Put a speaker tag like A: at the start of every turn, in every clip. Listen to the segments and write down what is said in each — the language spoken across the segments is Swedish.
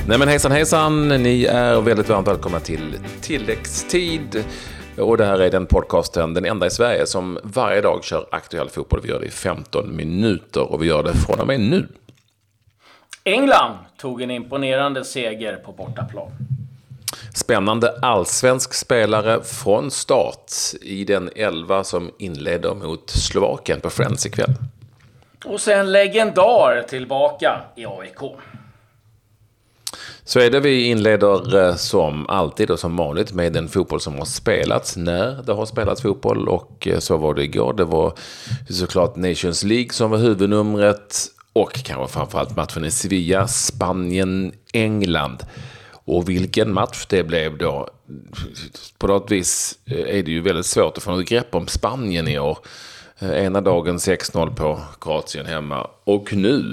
A: Nej men hejsan, ni är väldigt varmt välkomna till Tilläggstid. Och det här är den podcasten, den enda i Sverige som varje dag kör aktuell fotboll. Vi gör det i 15 minuter och vi gör det från och med nu.
B: England tog en imponerande seger på bortaplan.
A: Spännande allsvensk spelare från start i den 11 som inleder mot Slovakien på Friends ikväll.
B: Och sen legendar tillbaka i AIK.
A: Så är det, vi inleder som alltid och som vanligt med den fotboll som har spelats när det har spelats fotboll, och så var det igår. Det var såklart Nations League som var huvudnumret och kanske framförallt matchen i Sevilla, Spanien, England. Och vilken match det blev då. På något vis är det ju väldigt svårt att få något grepp om Spanien i år. Ena dagen 6-0 på Kroatien hemma och nu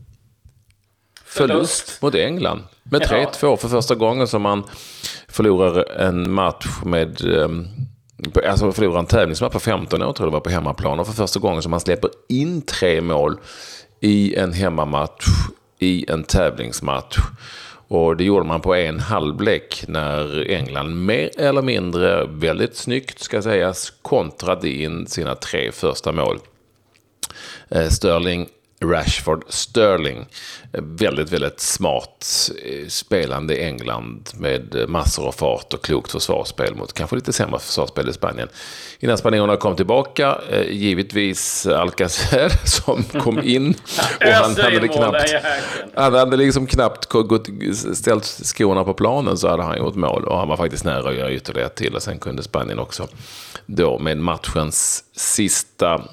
A: förlust mot England med 3-2 för första gången som man förlorar en match med, alltså förlorar en tävlingsmatch på 15 år tror jag det var på hemmaplan, och för första gången som man släpper in 3 mål i en hemmamatch i en tävlingsmatch. Och det gjorde man på en halvlek när England mer eller mindre väldigt snyggt ska sägas kontrade in sina 3 första mål. Sterling, Rashford, Sterling. Väldigt, väldigt smart spelande England med massor av fart och klokt försvarsspel mot kanske lite sämre försvarsspel i Spanien. Innan spanjorerna kom tillbaka, givetvis Alcacer som kom in och han hade liksom knappt ställt skorna på planen så hade han gjort mål, och han var faktiskt nära att göra ytterligare till, och sen kunde Spanien också då med matchens sista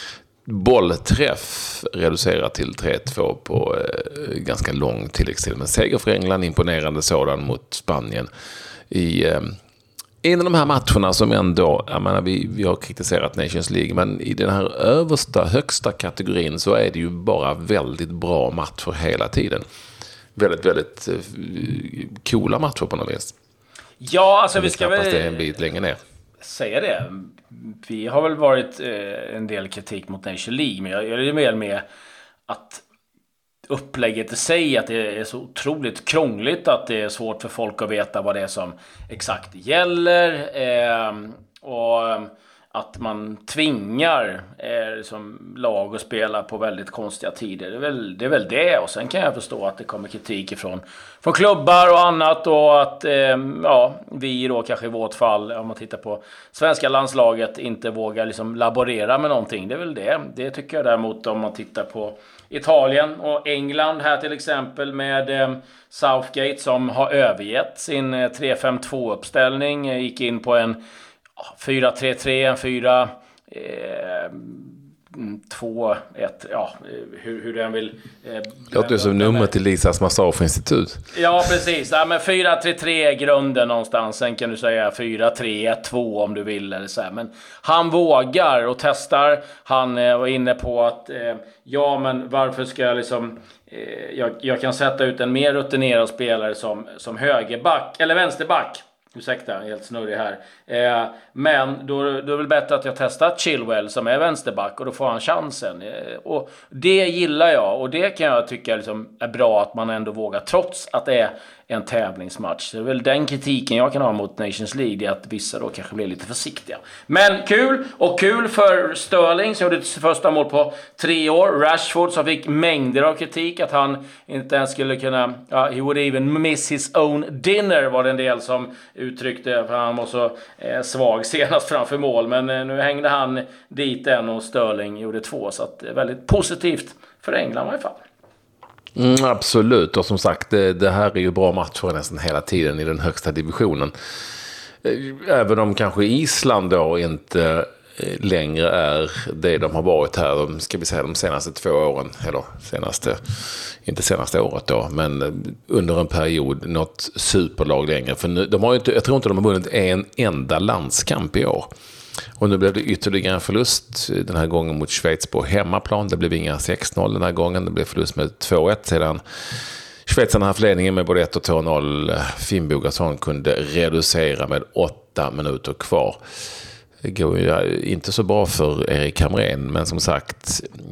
A: bollträff reducerat till 3-2 på ganska lång tilläggstid. Men seger för England, imponerande sådan mot Spanien i en av de här matcherna som ändå, jag menar, vi har kritiserat Nations League, men i den här högsta kategorin så är det ju bara väldigt bra matcher hela tiden. Väldigt, väldigt coola matcher på något vis.
B: Ja, alltså vi ska väl
A: det är en bit längre ner.
B: Säga det. Vi har väl varit en del kritik mot Nations League, men jag är det mer med att upplägget i sig, att det är så otroligt krångligt, att det är svårt för folk att veta vad det är som exakt gäller, och att man tvingar som lag att spela på väldigt konstiga tider. Det är väl det. Och sen kan jag förstå att det kommer kritik från klubbar och annat, och att vi då kanske i vårt fall, om man tittar på svenska landslaget, inte vågar liksom laborera med någonting. Det är väl det. Det tycker jag däremot om man tittar på Italien och England här till exempel med Southgate som har övergett sin 3-5-2-uppställning, gick in på en 4-3-3, 4-2-1, hur den vill.
A: Låter som nummer till Lisas Massage-institut.
B: Ja, precis. Ja, men 4-3-3 är grunden någonstans. Sen kan du säga 4-3-1-2 om du vill. Eller så här. Men han vågar och testar. Han var inne på att men varför ska jag liksom... Jag kan sätta ut en mer rutinerad spelare som högerback eller vänsterback. Ursäkta, helt snurrig här. Men då är det väl bättre att jag testar Chilwell som är vänsterback, och då får han chansen. Och det gillar jag, och det kan jag tycka liksom är bra att man ändå vågar, trots att det är en tävlingsmatch. Det är väl den kritiken jag kan ha mot Nations League, det är att vissa då kanske blir lite försiktiga. Men kul för Sterling som gjorde sitt första mål på 3 år. Rashford som fick mängder av kritik att han inte ens skulle kunna, he would even miss his own dinner, var det en del som uttryckte, för han var så svag senast framför mål. Men nu hängde han dit en och Sterling gjorde 2, så att det är väldigt positivt för England i alla fall.
A: Absolut, och som sagt det här är ju bra matcher nästan hela tiden i den högsta divisionen. Även om kanske Island då inte längre är det de har varit här, de senaste 2 åren, eller inte senaste året då, men under en period något superlag längre. För nu, jag tror inte de har vunnit en enda landskamp i år. Och nu blev det ytterligare en förlust den här gången mot Schweiz på hemmaplan. Det blev inga 6-0 den här gången. Det blev förlust med 2-1 sedan Schweizarna haft ledningen med både 1 och 2-0. Finn Bogason kunde reducera med 8 minuter kvar. Det går ju inte så bra för Erik Hamrén, men som sagt,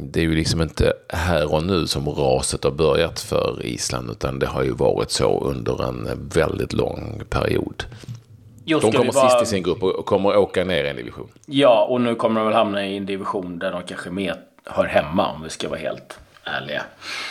A: det är ju liksom inte här och nu som raset har börjat för Island, utan det har ju varit så under en väldigt lång period. De kommer sist i sin grupp och kommer åka ner i en division.
B: Ja, och nu kommer de väl hamna i en division där de kanske mer hör hemma, om vi ska vara helt ärliga.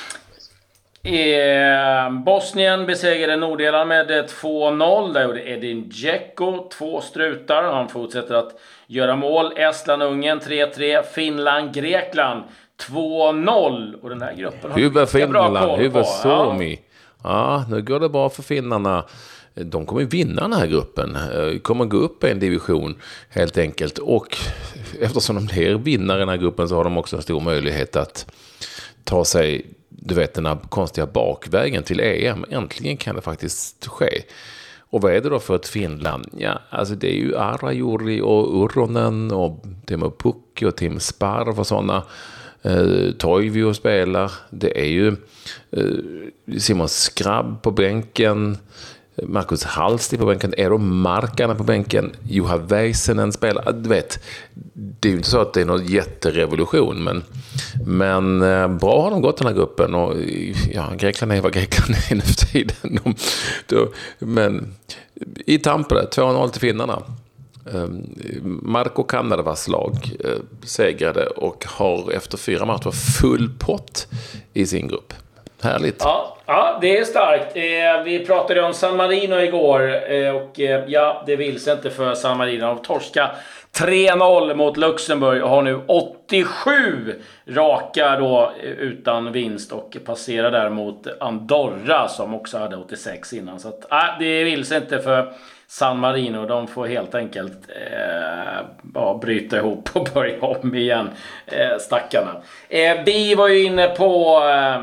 B: Bosnien besegrade Nordirland med 2-0. Där gjorde Edin Dzeko 2 strutar. Han fortsätter att göra mål. Estland, Ungern 3-3. Finland, Grekland 2-0. Och den här gruppen har
A: Huvud Finland, huvud Suomi.
B: Ja.
A: Ja, nu går det bra för finnarna. De kommer vinna den här gruppen. Kommer gå upp i en division helt enkelt. Och eftersom de blir vinnare i den här gruppen så har de också en stor möjlighet att ta sig, du vet, den här konstiga bakvägen till EM. Äntligen kan det faktiskt ske. Och vad är det då för ett Finland? Ja, alltså det är ju Arajuri och Urronen och Timo Pukki och Tim Sparv och sådana. Toivio spelar. Det är ju Simon Skrabb på bänken. Marcus Hallsti på bänken, Eero Markkanen på bänken, Juha Väisänen spelar. Du vet, det är ju inte så att det är någon jätterevolution, men bra har de gått den här gruppen. Och ja, Grekland är vad Grekland är nu för tiden. Men i Tampere, 2-0 till finnarna. Marko Kanervas lag segrade och har efter 4 matcher full pott i sin grupp. Härligt.
B: Ja, det är starkt. Vi pratade om San Marino igår och ja, det vill sig inte för San Marino. De torska 3-0 mot Luxemburg och har nu 87 raka då utan vinst och passerar däremot Andorra som också hade 86 innan. Så att, det vill sig inte för San Marino. De får helt enkelt bryta ihop och börja om igen, stackarna. Vi var ju inne på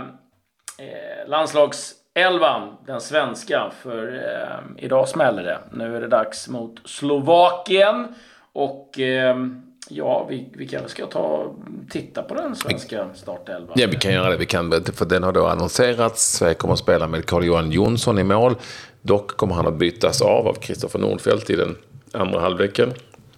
B: landslagselvan, den svenska, för idag smäller det. Nu är det dags mot Slovakien och vi kanske ska titta på den svenska startelvan.
A: Ja, vi kan göra det. Vi kan, för den har då annonserats. Sverige kommer att spela med Carl-Johan Jonsson i mål. Dock kommer han att bytas av Kristoffer Nordfeldt i den andra halvleken.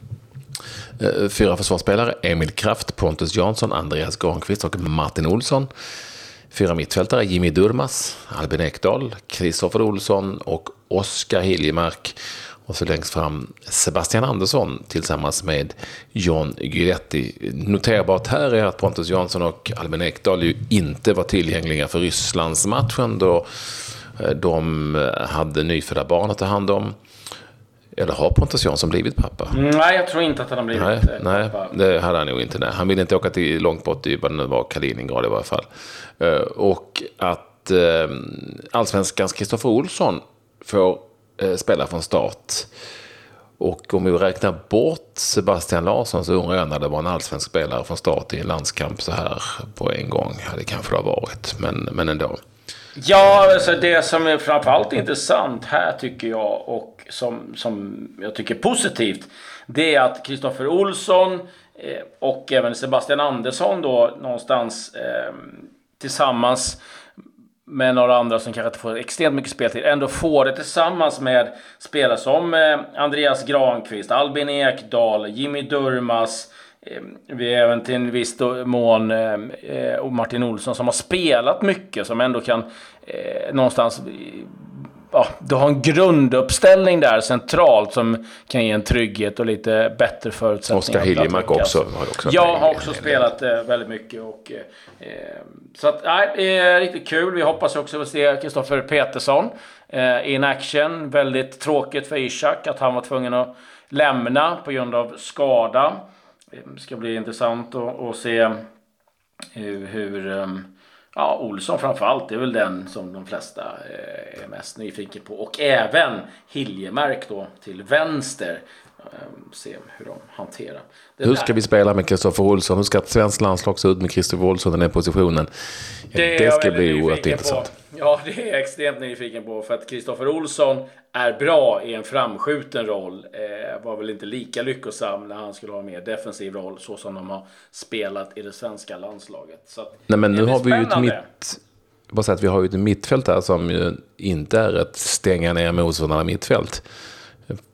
A: 4 försvarsspelare: Emil Kraft, Pontus Jansson, Andreas Granqvist och Martin Olsson. 4 mittfältare: Jimmy Durmaz, Albin Ekdal, Kristoffer Olsson och Oskar Hiljemark. Och så längst fram Sebastian Andersson tillsammans med John Guidetti. Noterbart här är att Pontus Jansson och Albin Ekdal ju inte var tillgängliga för Rysslandsmatchen då de hade nyfödda barn att ta hand om. Eller har Pontus Jansson blivit pappa?
B: Nej, jag tror inte att han har blivit pappa.
A: Nej, det hade han nog inte. Nej. Han ville inte åka till långt bort i vad det nu var, Kaliningrad i varje fall. Och att allsvenskans Kristoffer Olsson får spela från start. Och om vi räknar bort Sebastian Larsson så undrar jag när det var en allsvensk spelare från start i en landskamp så här på en gång. Det kanske det har varit, men ändå.
B: Ja, alltså det som är framförallt intressant här tycker jag och som jag tycker är positivt, det är att Kristoffer Olsson och även Sebastian Andersson då någonstans tillsammans med några andra som kanske inte får extremt mycket speltid ändå får det tillsammans med spelare som Andreas Granqvist, Albin Ekdal, Jimmy Durmaz, vi är även till en viss mån och Martin Olsson som har spelat mycket, som ändå kan någonstans du har en grunduppställning där centralt som kan ge en trygghet och lite bättre förutsättningar.
A: Oskar Hiljemark också.
B: Jag har också spelat väldigt mycket och så att riktigt kul. Vi hoppas också att se Kristoffer Petersson in action. Väldigt tråkigt för Ishak att han var tvungen att lämna på grund av skada. Det ska bli intressant att se hur Olsson framförallt är väl den som de flesta är mest nyfiken på. Och även Hiljemark då till vänster. Se hur de hanterar det.
A: Hur ska vi spela med Kristoffer Olsson? Hur ska ett svenskt landslag se ut med Kristoffer Olsson i den positionen? Det ska bli oerhört intressant.
B: Ja, det är jag extremt nyfiken på. För att Kristoffer Olsson är bra i en framskjuten roll. Var väl inte lika lyckosam när han skulle ha en mer defensiv roll. Så som de har spelat i det svenska landslaget. Så att,
A: nej, men nu har vi ju vi har ju ett mittfält här som ju inte är ett stänga ner motståndarna mittfält.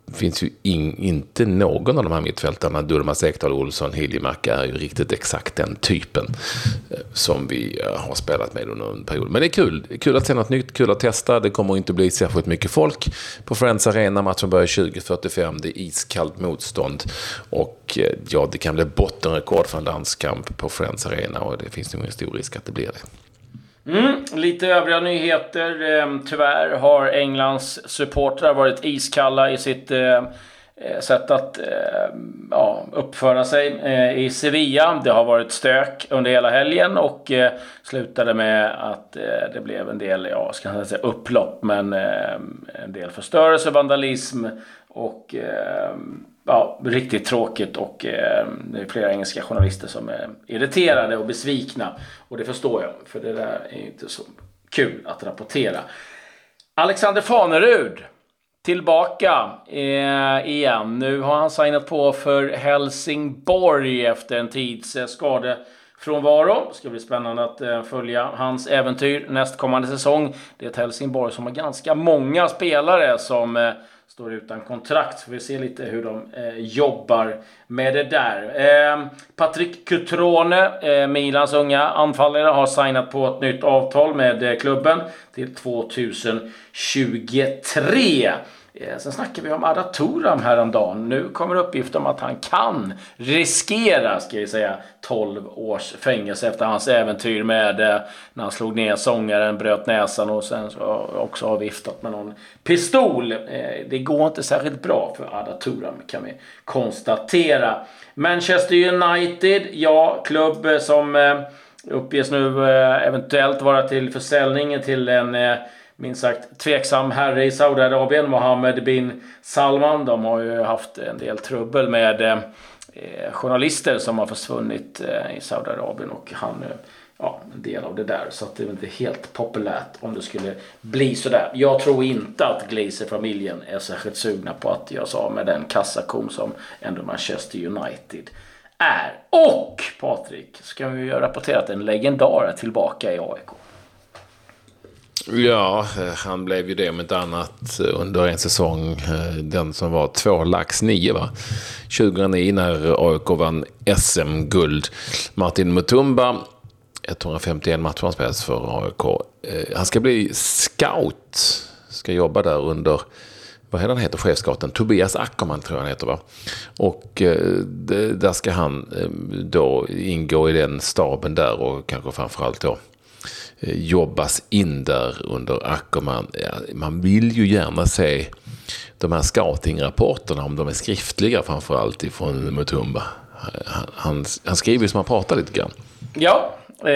A: finns ju inte någon av de här mittfältarna, Durmaz, Ekdal, Olsson, Hiljemark, är ju riktigt exakt den typen som vi har spelat med under en period. Men det är kul att se något nytt, kul att testa. Det kommer inte bli särskilt mycket folk på Friends Arena. Matchen börjar 20:45, det är iskallt motstånd och ja, det kan bli bottenrekord för en landskamp på Friends Arena och det finns nog en stor risk att det blir det.
B: Lite övriga nyheter. Tyvärr har Englands supportrar varit iskalla i sitt sätt att uppföra sig i Sevilla. Det har varit stök under hela helgen och slutade med att det blev en del, ska jag säga upplopp, men en del förstörelse, vandalism och riktigt tråkigt, och det är flera engelska journalister som är irriterade och besvikna, och det förstår jag, för det där är inte så kul att rapportera. Alexander Fanerud tillbaka igen. Nu har han signat på för Helsingborg efter en tids skadefrånvaro. Det ska bli spännande att följa hans äventyr nästkommande säsong. Det är ett Helsingborg som har ganska många spelare som står utan kontrakt. Så vi ser lite hur de jobbar med det där. Patrick Cutrone, Milans unga anfallare, har signat på ett nytt avtal med klubben till 2023. Sen snackar vi om Arda Turan häromdagen. Nu kommer uppgift om att han kan riskera, 12 års fängelse efter hans äventyr med när han slog ner sångaren, bröt näsan och sen så också har viftat med någon pistol. Det går inte särskilt bra för Arda Turan, kan vi konstatera. Manchester United, klubb som uppges nu eventuellt vara till försäljning till en minst sagt tveksam herre i Saudiarabien, Mohammed bin Salman. De har ju haft en del trubbel med journalister som har försvunnit i Saudiarabien, och han en del av det där, så att det är inte helt populärt om det skulle bli sådär. Jag tror inte att Glazer-familjen är särskilt sugna på att göra sig av med den kassakon som ändå Manchester United är. Och Patrik, ska vi ju rapportera att en legendar är tillbaka i AIK.
A: Ja, han blev ju det om inte annat under en säsong, den som var 2 lax 9 va? 2009 när AIK vann SM-guld. Martin Mutumba, 151 matcher han spelat för AIK. Han ska bli scout, ska jobba där under, vad heter han heter, chefscouten? Tobias Ackerman tror jag han heter va? Och där ska han då ingå i den staben där och kanske framförallt då jobbas in där under Ackerman. Man vill ju gärna se de här scouting-rapporterna, om de är skriftliga framförallt ifrån Mutumba. Han skriver som han pratar lite grann. Ja,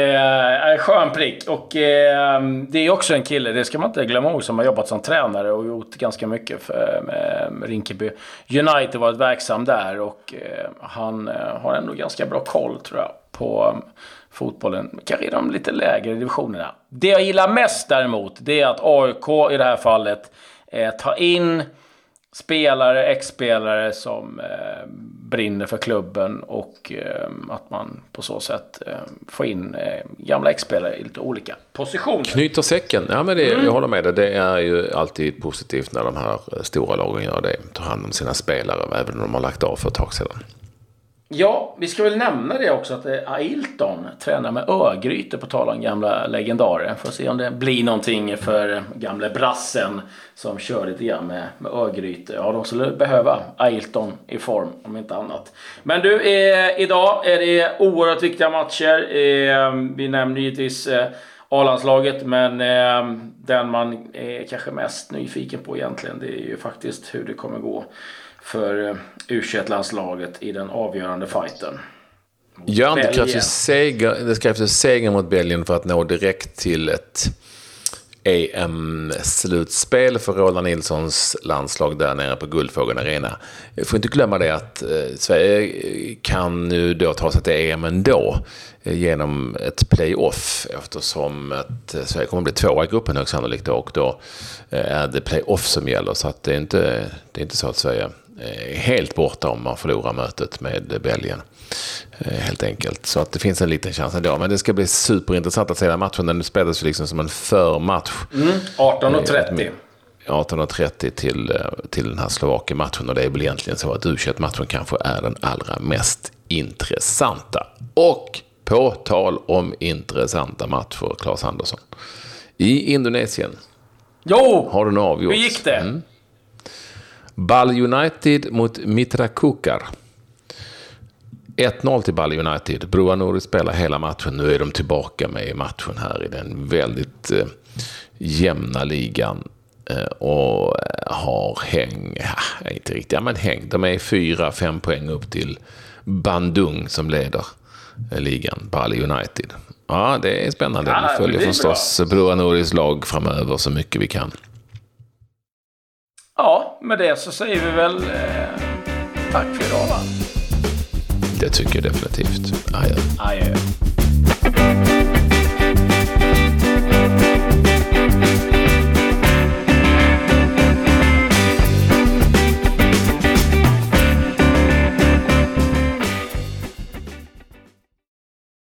B: skön prick. Och det är också en kille, det ska man inte glömma ihåg, som har jobbat som tränare och gjort ganska mycket för Rinkeby United, varit verksam där, och han har ändå ganska bra koll tror jag på fotbollen, kanske i de lite lägre divisionerna. Det jag gillar mest däremot, det är att AIK i det här fallet tar in spelare, ex-spelare som brinner för klubben, och att man på så sätt får in gamla ex-spelare i lite olika positioner.
A: Knyter säcken, ja men jag håller med dig. Det är ju alltid positivt när de här stora lagen gör det, tar hand om sina spelare även om de har lagt av för ett tag sedan.
B: Ja, vi ska väl nämna det också att Ailton tränar med Örgryte, på tal om gamla legendarer. Får se om det blir någonting för gamla brassen som kör lite grann med Örgryte. Ja, de skulle behöva Ailton i form, om inte annat. Men du, idag är det oerhört viktiga matcher. Vi nämner givetvis A-landslaget, men den man är kanske mest nyfiken på egentligen, det är ju faktiskt hur det kommer gå för U21-landslaget i den avgörande fighten.
A: Ja, det krävs ju seger mot Belgien för att nå direkt till ett EM-slutspel för Roland Nilssons landslag där nere på Guldfågeln Arena. Jag får inte glömma det att Sverige kan nu då ta sig till EM ändå genom ett playoff, eftersom att Sverige kommer att bli 2 i gruppen högst sannolikt, och då är det playoff som gäller, så att det är inte så att Sverige är helt borta om man förlorar mötet med Belgien. Helt enkelt. Så att det finns en liten chans ändå. Men det ska bli superintressant att se den matchen. Den spelas liksom som en förmatch.
B: 18:30.
A: 18.30 till den här Slovakien-matchen. Och det är väl egentligen så att U21-matchen kanske är den allra mest intressanta. Och på tal om intressanta matcher, Claes Andersson. I Indonesien har den avgjorts.
B: Hur gick det?
A: Bali United mot Mitra Kukar. 1-0 till Bali United. Broa Nouri spelar hela matchen. Nu är de tillbaka med i matchen här i den väldigt jämna ligan. Och har häng. Inte riktigt, men häng. De är 4-5 poäng upp till Bandung som leder ligan. Bali United. Ja, det är spännande. Vi följer förstås Broa Nouris lag framöver så mycket vi kan.
B: Ja, med det så säger vi väl tack för idag, va?
A: Det tycker jag definitivt. Adjö.
B: Adjö.